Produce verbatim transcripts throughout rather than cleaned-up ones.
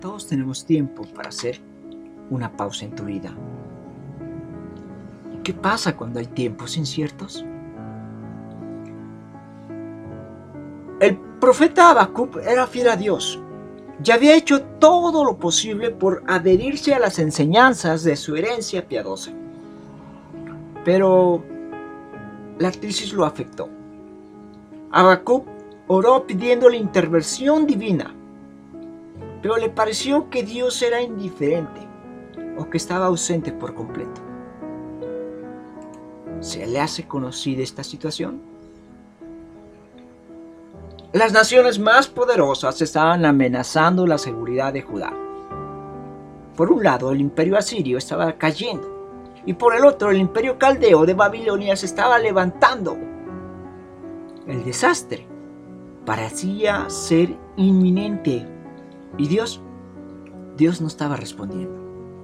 Todos tenemos tiempo para hacer una pausa en tu vida. ¿Qué pasa cuando hay tiempos inciertos? El profeta Habacuc era fiel a Dios y había hecho todo lo posible por adherirse a las enseñanzas de su herencia piadosa. Pero la crisis lo afectó. Habacuc oró pidiendo la intervención divina, pero le pareció que Dios era indiferente o que estaba ausente por completo. ¿Se le hace conocida esta situación? Las naciones más poderosas estaban amenazando la seguridad de Judá. Por un lado, el imperio asirio estaba cayendo, y por el otro, el imperio caldeo de Babilonia se estaba levantando. El desastre parecía ser inminente, y Dios, Dios no estaba respondiendo.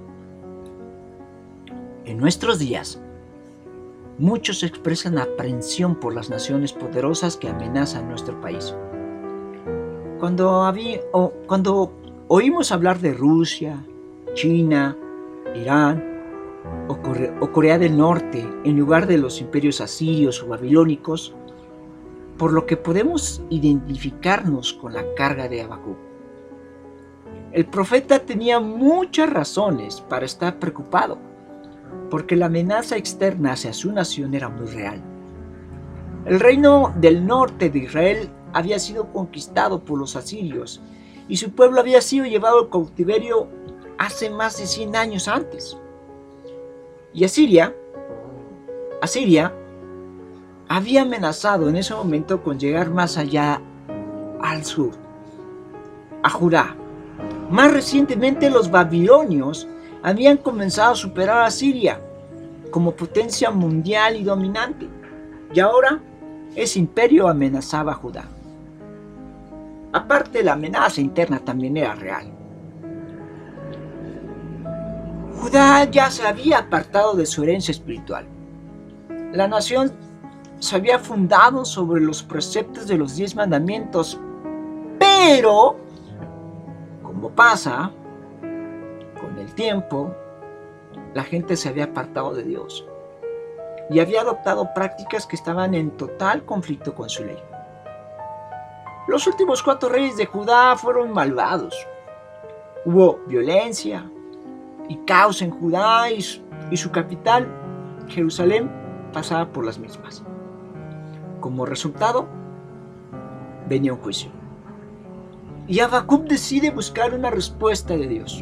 En nuestros días, muchos expresan aprensión por las naciones poderosas que amenazan nuestro país. Cuando, había, o, cuando oímos hablar de Rusia, China, Irán o, Core, o Corea del Norte en lugar de los imperios asirios o babilónicos, por lo que podemos identificarnos con la carga de Habacuc. El profeta tenía muchas razones para estar preocupado, porque la amenaza externa hacia su nación era muy real. El reino del norte de Israel había sido conquistado por los asirios y su pueblo había sido llevado al cautiverio hace más de cien años antes. Y Asiria, Asiria había amenazado en ese momento con llegar más allá al sur, a Judá. Más recientemente, los babilonios habían comenzado a superar a Siria como potencia mundial y dominante, y ahora ese imperio amenazaba a Judá. Aparte, la amenaza interna también era real. Judá ya se había apartado de su herencia espiritual. La nación se había fundado sobre los preceptos de los diez mandamientos, pero, como pasa, con el tiempo, la gente se había apartado de Dios y había adoptado prácticas que estaban en total conflicto con su ley. Los últimos cuatro reyes de Judá fueron malvados. Hubo violencia y caos en Judá y su, y su capital, Jerusalén, pasaba por las mismas. Como resultado, venía un juicio. Y Habacuc decide buscar una respuesta de Dios.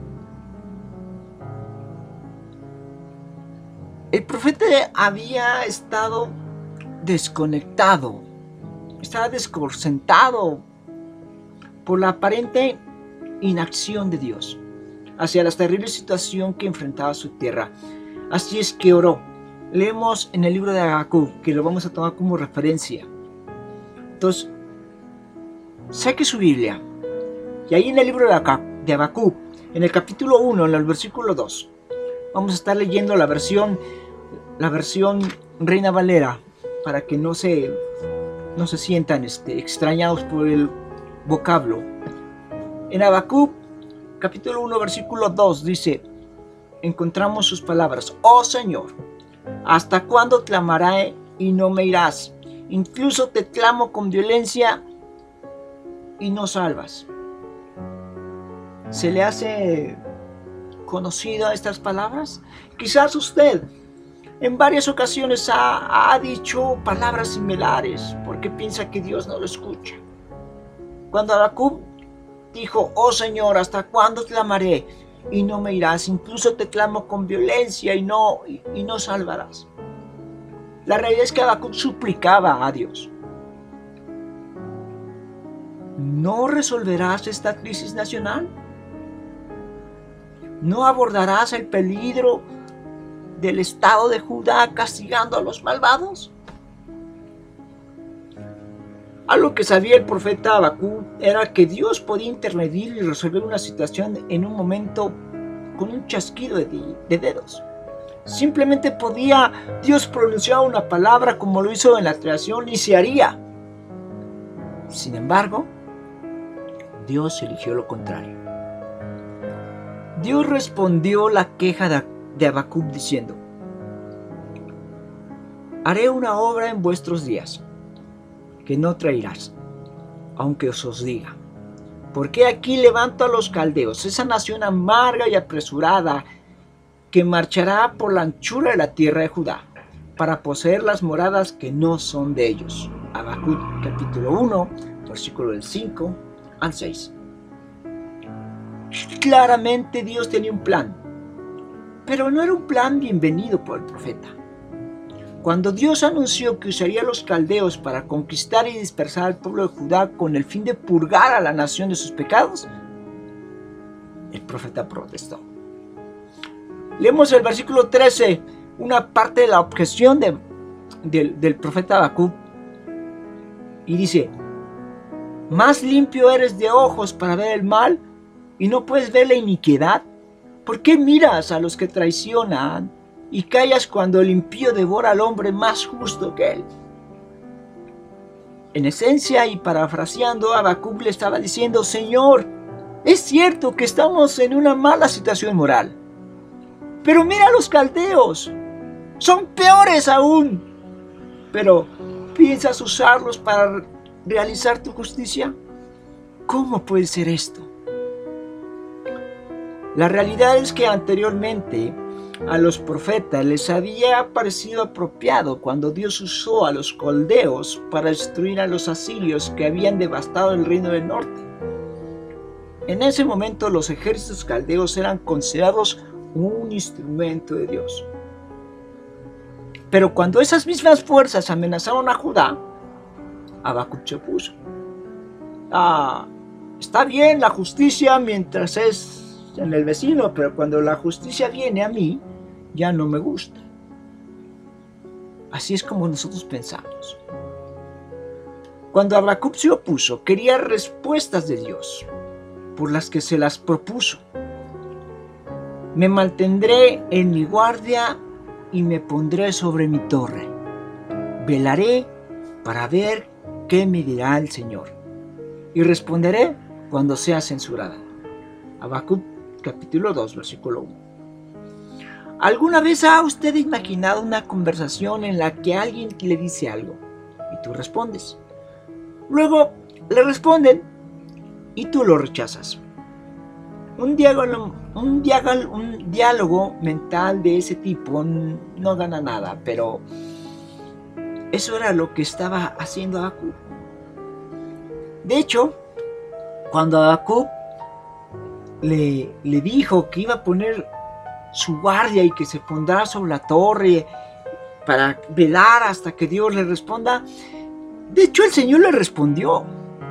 El profeta había estado desconectado, estaba desconcentrado por la aparente inacción de Dios hacia la terrible situación que enfrentaba su tierra. Así es que oró. Leemos en el libro de Habacuc, que lo vamos a tomar como referencia. Entonces, saque su Biblia, y ahí en el libro de Habacuc, en el capítulo uno, en el versículo dos, vamos a estar leyendo la versión, la versión Reina Valera, para que no se, no se sientan este, extrañados por el vocablo. En Habacuc, capítulo uno, versículo dos, dice, encontramos sus palabras: oh Señor, ¿hasta cuándo clamaré y no me irás? Incluso te clamo con violencia y no salvas. ¿Se le hace conocida estas palabras? Quizás usted en varias ocasiones ha, ha dicho palabras similares porque piensa que Dios no lo escucha. Cuando Habacuc dijo: oh Señor, ¿hasta cuándo clamaré y no me irás? Incluso te clamo con violencia y no, y, y no salvarás. La realidad es que Habacuc suplicaba a Dios: ¿no resolverás esta crisis nacional? ¿No abordarás el peligro del estado de Judá castigando a los malvados? Algo que sabía el profeta Habacuc era que Dios podía intervenir y resolver una situación en un momento con un chasquido de, de dedos. Simplemente podía Dios pronunciar una palabra como lo hizo en la creación y se haría. Sin embargo, Dios eligió lo contrario. Dios respondió la queja de, de Habacuc diciendo: haré una obra en vuestros días, que no traerás, aunque os os diga. Porque aquí levanto a los caldeos, esa nación amarga y apresurada, que marchará por la anchura de la tierra de Judá, para poseer las moradas que no son de ellos. Habacuc capítulo uno, versículo del cinco al seis. Claramente Dios tenía un plan, pero no era un plan bienvenido por el profeta. Cuando Dios anunció que usaría a los caldeos para conquistar y dispersar al pueblo de Judá con el fin de purgar a la nación de sus pecados, el profeta protestó. Leemos el versículo trece, una parte de la objeción de, de, del profeta Habacuc, y dice: más limpio eres de ojos para ver el mal y no puedes ver la iniquidad. ¿Por qué miras a los que traicionan y callas cuando el impío devora al hombre más justo que él? En esencia, y parafraseando, Habacuc le estaba diciendo: Señor, es cierto que estamos en una mala situación moral, pero mira a los caldeos, son peores aún. Pero, ¿piensas usarlos para realizar tu justicia? ¿Cómo puede ser esto? La realidad es que anteriormente a los profetas les había parecido apropiado cuando Dios usó a los caldeos para destruir a los asirios que habían devastado el reino del norte. En ese momento los ejércitos caldeos eran considerados un instrumento de Dios. Pero cuando esas mismas fuerzas amenazaron a Judá, Habacuc se opuso. Ah, está bien la justicia mientras es en el vecino, pero cuando la justicia viene a mí, ya no me gusta. Así es como nosotros pensamos. Cuando Habacuc se opuso, quería respuestas de Dios, por las que se las propuso. Me mantendré en mi guardia y me pondré sobre mi torre. Velaré para ver qué me dirá el Señor, y responderé cuando sea censurada. Habacuc capítulo dos, versículo uno. ¿Alguna vez ha usted imaginado una conversación en la que alguien le dice algo y tú respondes? Luego le responden y tú lo rechazas. Un diálogo, un, diálogo, un diálogo mental de ese tipo no gana nada, pero eso era lo que estaba haciendo Habacuc. De hecho, cuando Habacuc le, le dijo que iba a poner su guardia y que se pondrá sobre la torre para velar hasta que Dios le responda, de hecho el Señor le respondió.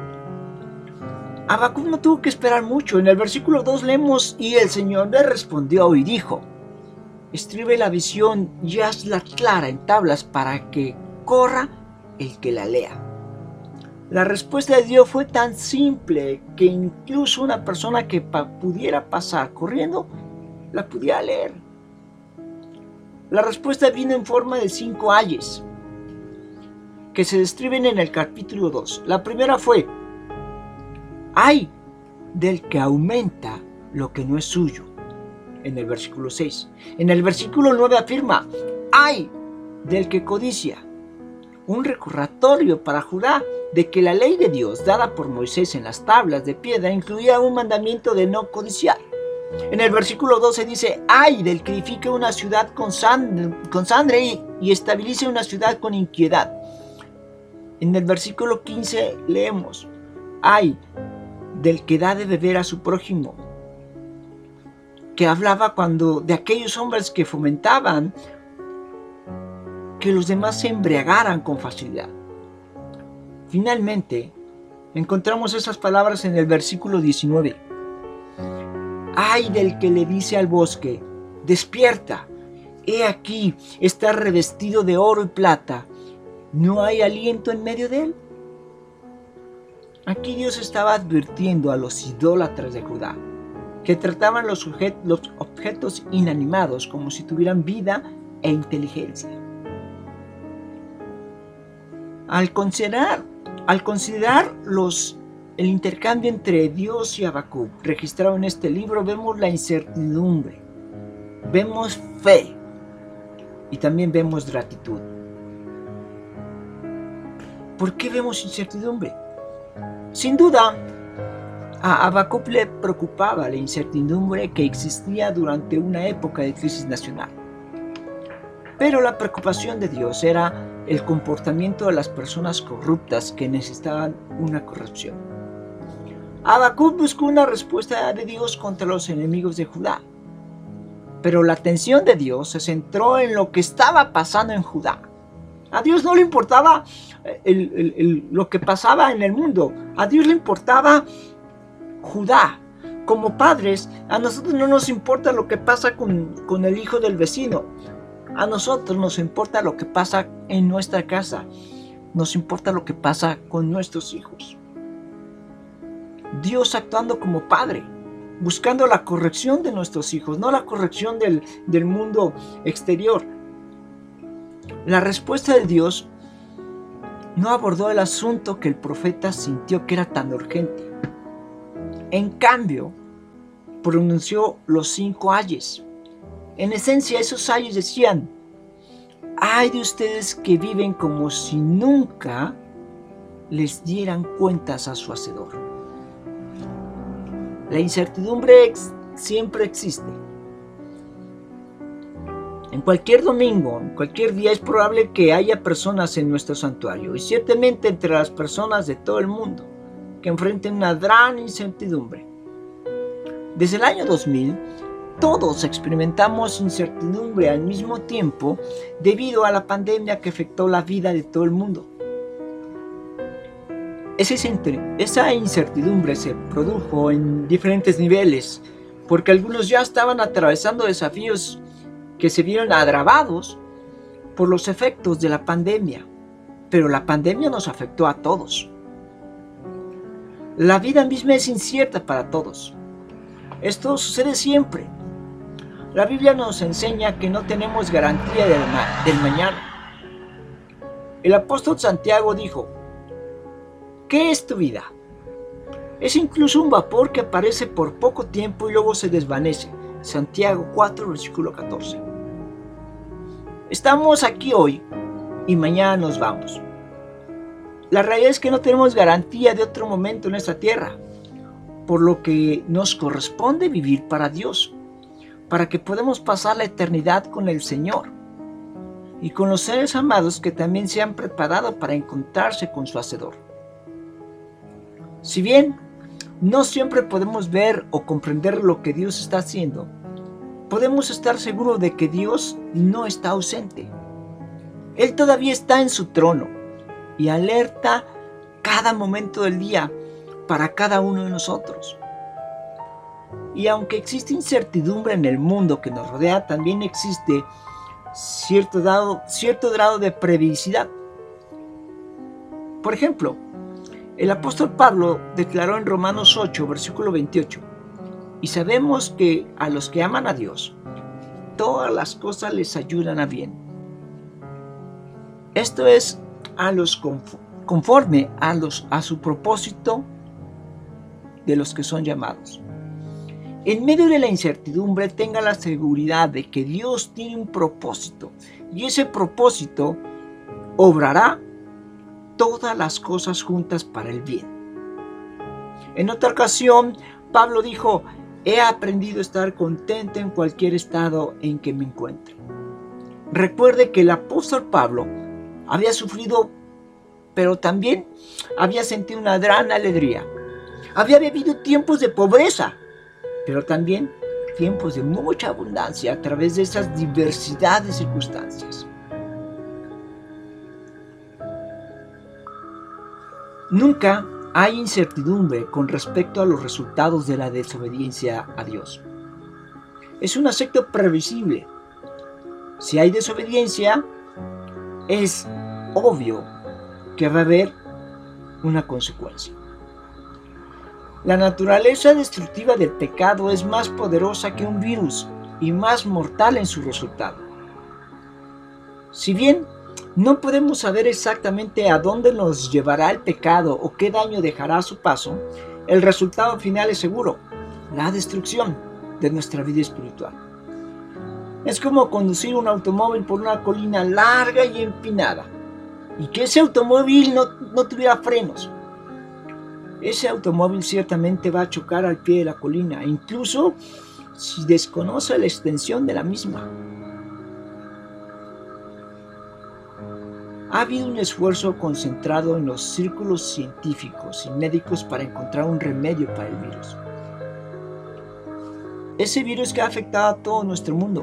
Habacuc no tuvo que esperar mucho. En el versículo dos leemos: y el Señor le respondió y dijo: escribe la visión y hazla clara en tablas para que corra el que la lea. La respuesta de Dios fue tan simple que incluso una persona que pa- pudiera pasar corriendo la pudiera leer. La respuesta vino en forma de cinco ayes que se describen en el capítulo dos. La primera fue: ay del que aumenta lo que no es suyo, en el versículo seis. En el versículo nueve afirma: ay del que codicia. Un recordatorio para Judá de que la ley de Dios dada por Moisés en las tablas de piedra incluía un mandamiento de no codiciar. En el versículo doce dice: ay del que edifique una ciudad con sangre, con sangre y, y estabilice una ciudad con impiedad. En el versículo quince leemos: ay del que da de beber a su prójimo, que hablaba cuando de aquellos hombres que fomentaban que los demás se embriagaran con facilidad. Finalmente, encontramos esas palabras en el versículo diecinueve. Ay del que le dice al bosque: despierta, he aquí, está revestido de oro y plata, ¿no hay aliento en medio de él? Aquí Dios estaba advirtiendo a los idólatras de Judá, que trataban los, sujet- los objetos inanimados como si tuvieran vida e inteligencia. Al considerar, al considerar los el intercambio entre Dios y Habacuc, registrado en este libro, vemos la incertidumbre, vemos fe y también vemos gratitud. ¿Por qué vemos incertidumbre? Sin duda, a Habacuc le preocupaba la incertidumbre que existía durante una época de crisis nacional. Pero la preocupación de Dios era el comportamiento de las personas corruptas que necesitaban una corrección. Habacuc buscó una respuesta de Dios contra los enemigos de Judá. Pero la atención de Dios se centró en lo que estaba pasando en Judá. A Dios no le importaba el, el, el, lo que pasaba en el mundo. A Dios le importaba Judá. Como padres, a nosotros no nos importa lo que pasa con, con el hijo del vecino. A nosotros nos importa lo que pasa en nuestra casa. Nos importa lo que pasa con nuestros hijos. Dios actuando como padre, buscando la corrección de nuestros hijos, no la corrección del, del mundo exterior. La respuesta de Dios no abordó el asunto que el profeta sintió que era tan urgente. En cambio, pronunció los cinco ayes. En esencia, esos ayes decían: ay de ustedes que viven como si nunca les dieran cuentas a su Hacedor. La incertidumbre ex- siempre existe. En cualquier domingo, en cualquier día es probable que haya personas en nuestro santuario, y ciertamente entre las personas de todo el mundo, que enfrenten una gran incertidumbre. Desde el año dos mil, todos experimentamos incertidumbre al mismo tiempo debido a la pandemia que afectó la vida de todo el mundo. Esa incertidumbre se produjo en diferentes niveles, porque algunos ya estaban atravesando desafíos que se vieron agravados por los efectos de la pandemia, pero la pandemia nos afectó a todos. La vida misma es incierta para todos. Esto sucede siempre. La Biblia nos enseña que no tenemos garantía del, ma- del mañana. El apóstol Santiago dijo: ¿qué es tu vida? Es incluso un vapor que aparece por poco tiempo y luego se desvanece. Santiago cuatro, versículo catorce. Estamos aquí hoy y mañana nos vamos. La realidad es que no tenemos garantía de otro momento en esta tierra, por lo que nos corresponde vivir para Dios, para que podamos pasar la eternidad con el Señor y con los seres amados que también se han preparado para encontrarse con su Hacedor. Si bien no siempre podemos ver o comprender lo que Dios está haciendo, podemos estar seguros de que Dios no está ausente. Él todavía está en su trono y alerta cada momento del día para cada uno de nosotros. Y aunque existe incertidumbre en el mundo que nos rodea, también existe cierto grado, cierto grado de previsibilidad. Por ejemplo, el apóstol Pablo declaró en Romanos ocho, versículo veintiocho: y sabemos que a los que aman a Dios, todas las cosas les ayudan a bien. Esto es a los conforme a, los, a su propósito de los que son llamados. En medio de la incertidumbre, tenga la seguridad de que Dios tiene un propósito, y ese propósito obrará todas las cosas juntas para el bien. En otra ocasión, Pablo dijo: he aprendido a estar contento en cualquier estado en que me encuentre. Recuerde que el apóstol Pablo había sufrido, pero también había sentido una gran alegría. Había vivido tiempos de pobreza, pero también tiempos de mucha abundancia a través de esas diversidad de circunstancias. Nunca hay incertidumbre con respecto a los resultados de la desobediencia a Dios. Es un aspecto previsible. Si hay desobediencia, es obvio que va a haber una consecuencia. La naturaleza destructiva del pecado es más poderosa que un virus y más mortal en su resultado. Si bien No podemos saber exactamente a dónde nos llevará el pecado o qué daño dejará a su paso. El resultado final es seguro: la destrucción de nuestra vida espiritual. Es como conducir un automóvil por una colina larga y empinada, y que ese automóvil no, no tuviera frenos. Ese automóvil ciertamente va a chocar al pie de la colina, incluso si desconoce la extensión de la misma. Ha habido un esfuerzo concentrado en los círculos científicos y médicos para encontrar un remedio para el virus. Ese virus que ha afectado a todo nuestro mundo.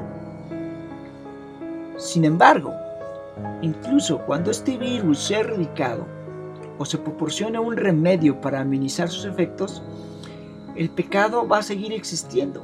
Sin embargo, incluso cuando este virus sea erradicado o se proporcione un remedio para amenizar sus efectos, el pecado va a seguir existiendo.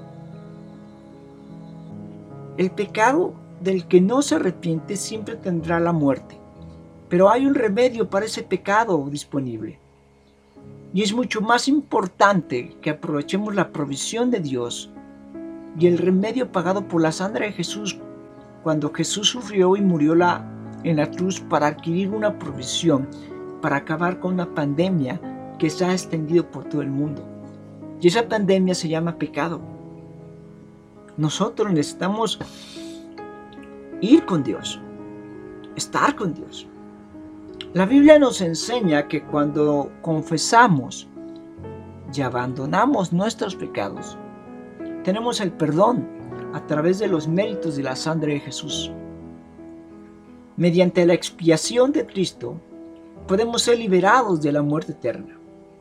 El pecado del que no se arrepiente siempre tendrá la muerte. Pero hay un remedio para ese pecado disponible. Y es mucho más importante que aprovechemos la provisión de Dios y el remedio pagado por la sangre de Jesús cuando Jesús sufrió y murió la, en la cruz para adquirir una provisión, para acabar con una pandemia que se ha extendido por todo el mundo. Y esa pandemia se llama pecado. Nosotros necesitamos ir con Dios, estar con Dios. La Biblia nos enseña que cuando confesamos y abandonamos nuestros pecados, tenemos el perdón a través de los méritos de la sangre de Jesús. Mediante la expiación de Cristo, podemos ser liberados de la muerte eterna.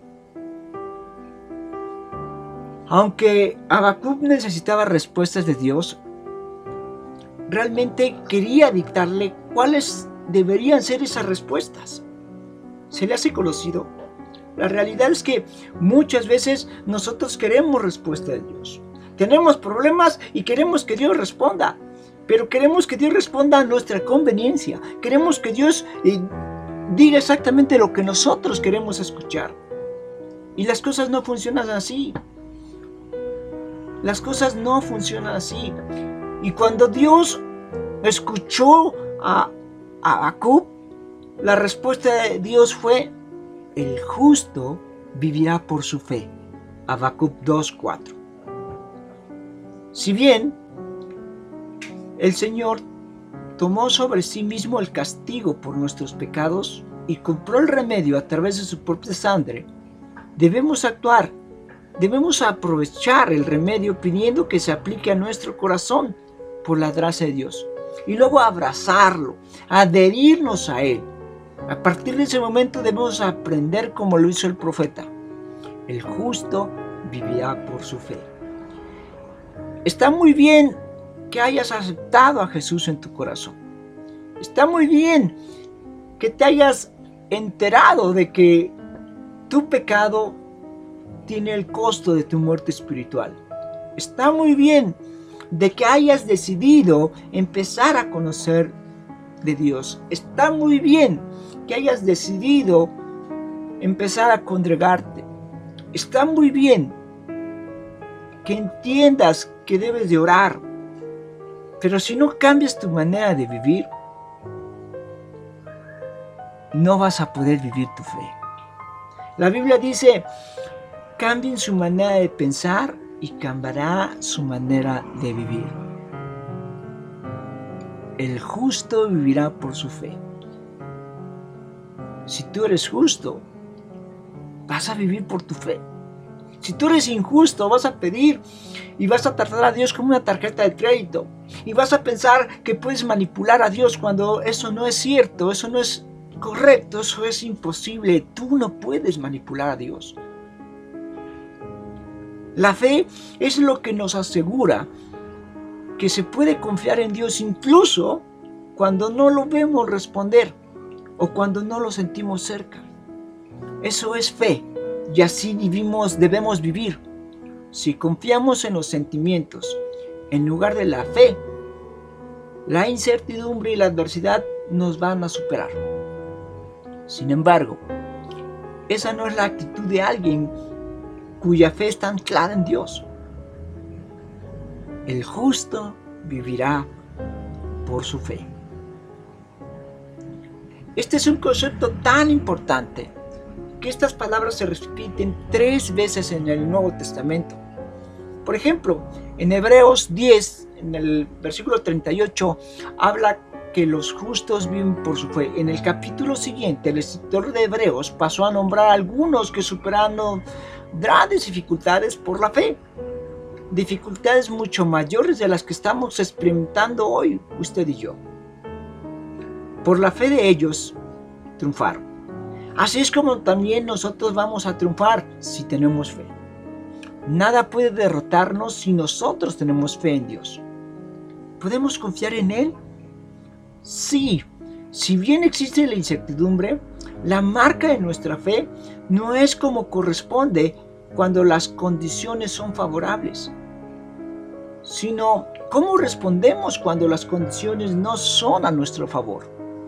Aunque Habacuc necesitaba respuestas de Dios, realmente quería dictarle cuáles deberían ser esas respuestas. ¿Se le hace conocido? La realidad es que muchas veces nosotros queremos respuesta de Dios. Tenemos problemas y queremos que Dios responda, pero queremos que Dios responda a nuestra conveniencia. Queremos que Dios eh, diga exactamente lo que nosotros queremos escuchar. Y las cosas no funcionan así. Las cosas no funcionan así. Y cuando Dios escuchó a Habacuc, la respuesta de Dios fue: el justo vivirá por su fe. Habacuc dos cuatro. Si bien el Señor tomó sobre sí mismo el castigo por nuestros pecados y compró el remedio a través de su propia sangre, debemos actuar, debemos aprovechar el remedio pidiendo que se aplique a nuestro corazón por la gracia de Dios. Y luego abrazarlo, adherirnos a Él. A partir de ese momento debemos aprender como lo hizo el profeta: el justo vivirá por su fe. Está muy bien que hayas aceptado a Jesús en tu corazón. Está muy bien que te hayas enterado de que tu pecado tiene el costo de tu muerte espiritual. Está muy bien de que hayas decidido empezar a conocer de Dios. Está muy bien que hayas decidido empezar a congregarte. Está muy bien que entiendas que debes de orar. Pero si no cambias tu manera de vivir, no vas a poder vivir tu fe. La Biblia dice: cambien su manera de pensar y cambiará su manera de vivir. El justo vivirá por su fe. Si tú eres justo, vas a vivir por tu fe. Si tú eres injusto, vas a pedir y vas a tratar a Dios como una tarjeta de crédito. Y vas a pensar que puedes manipular a Dios cuando eso no es cierto, eso no es correcto, eso es imposible. Tú no puedes manipular a Dios. La fe es lo que nos asegura que se puede confiar en Dios incluso cuando no lo vemos responder o cuando no lo sentimos cerca. Eso es fe, y así vivimos, debemos vivir. Si confiamos en los sentimientos en lugar de la fe, la incertidumbre y la adversidad nos van a superar. Sin embargo, esa no es la actitud de alguien cuya fe está anclada en Dios. El justo vivirá por su fe. Este es un concepto tan importante que estas palabras se repiten tres veces en el Nuevo Testamento. Por ejemplo, en Hebreos diez, en el versículo treinta y ocho, habla que los justos viven por su fe. En el capítulo siguiente, el escritor de Hebreos pasó a nombrar a algunos que superaron grandes dificultades por la fe. Dificultades mucho mayores de las que estamos experimentando hoy, usted y yo. Por la fe de ellos, triunfaron. Así es como también nosotros vamos a triunfar si tenemos fe. Nada puede derrotarnos si nosotros tenemos fe en Dios. ¿Podemos confiar en Él? Sí. Si bien existe la incertidumbre, la marca de nuestra fe no es como corresponde cuando las condiciones son favorables, sino cómo respondemos cuando las condiciones no son a nuestro favor.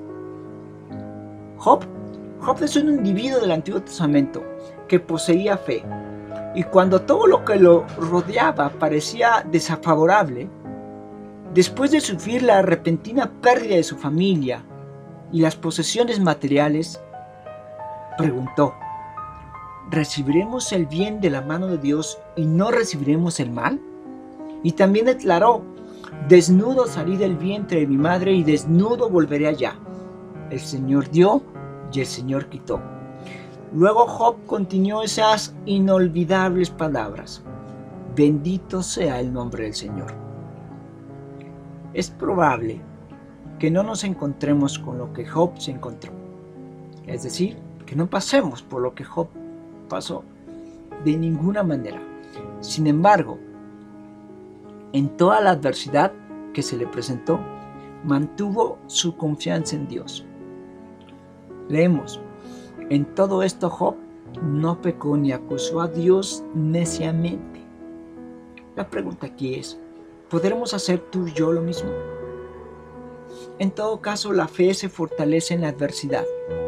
Job, Job es un individuo del Antiguo Testamento que poseía fe, y cuando todo lo que lo rodeaba parecía desfavorable, después de sufrir la repentina pérdida de su familia y las posesiones materiales, preguntó: ¿recibiremos el bien de la mano de Dios y no recibiremos el mal? Y también declaró: desnudo salí del vientre de mi madre y desnudo volveré allá. El Señor dio y el Señor quitó. Luego Job continuó esas inolvidables palabras: bendito sea el nombre del Señor. Es probable que no nos encontremos con lo que Job se encontró, es decir, que no pasemos por lo que Job pasó, de ninguna manera. Sin embargo, en toda la adversidad que se le presentó, mantuvo su confianza en Dios. Leemos: en todo esto Job no pecó ni acusó a Dios neciamente. La pregunta aquí es: ¿podremos hacer tú y yo lo mismo? En todo caso, la fe se fortalece en la adversidad.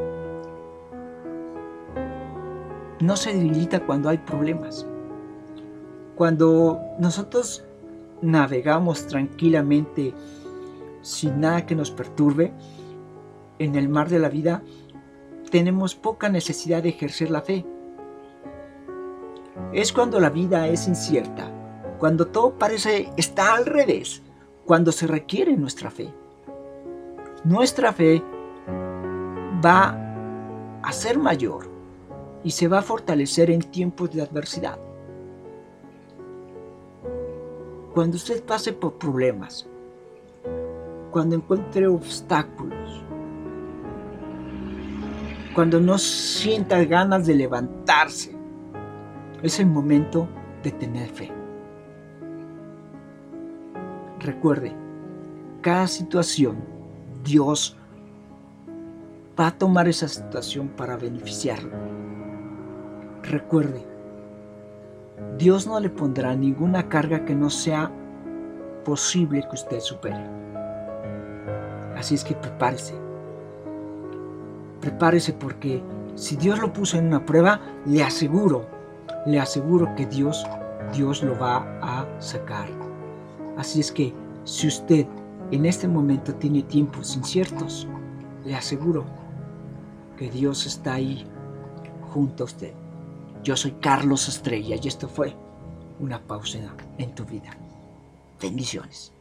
No se debilita cuando hay problemas. Cuando nosotros navegamos tranquilamente, sin nada que nos perturbe, en el mar de la vida, tenemos poca necesidad de ejercer la fe. Es cuando la vida es incierta, cuando todo parece estar al revés, cuando se requiere nuestra fe. Nuestra fe va a ser mayor y se va a fortalecer en tiempos de adversidad. Cuando usted pase por problemas, cuando encuentre obstáculos, cuando no sienta ganas de levantarse, es el momento de tener fe. Recuerde, cada situación, Dios va a tomar esa situación para beneficiarlo. Recuerde, Dios no le pondrá ninguna carga que no sea posible que usted supere. Así es que prepárese. Prepárese, porque si Dios lo puso en una prueba, le aseguro, le aseguro que Dios, Dios lo va a sacar. Así es que si usted en este momento tiene tiempos inciertos, le aseguro que Dios está ahí junto a usted. Yo soy Carlos Estrella y esto fue Una Pausa en tu Vida. Bendiciones.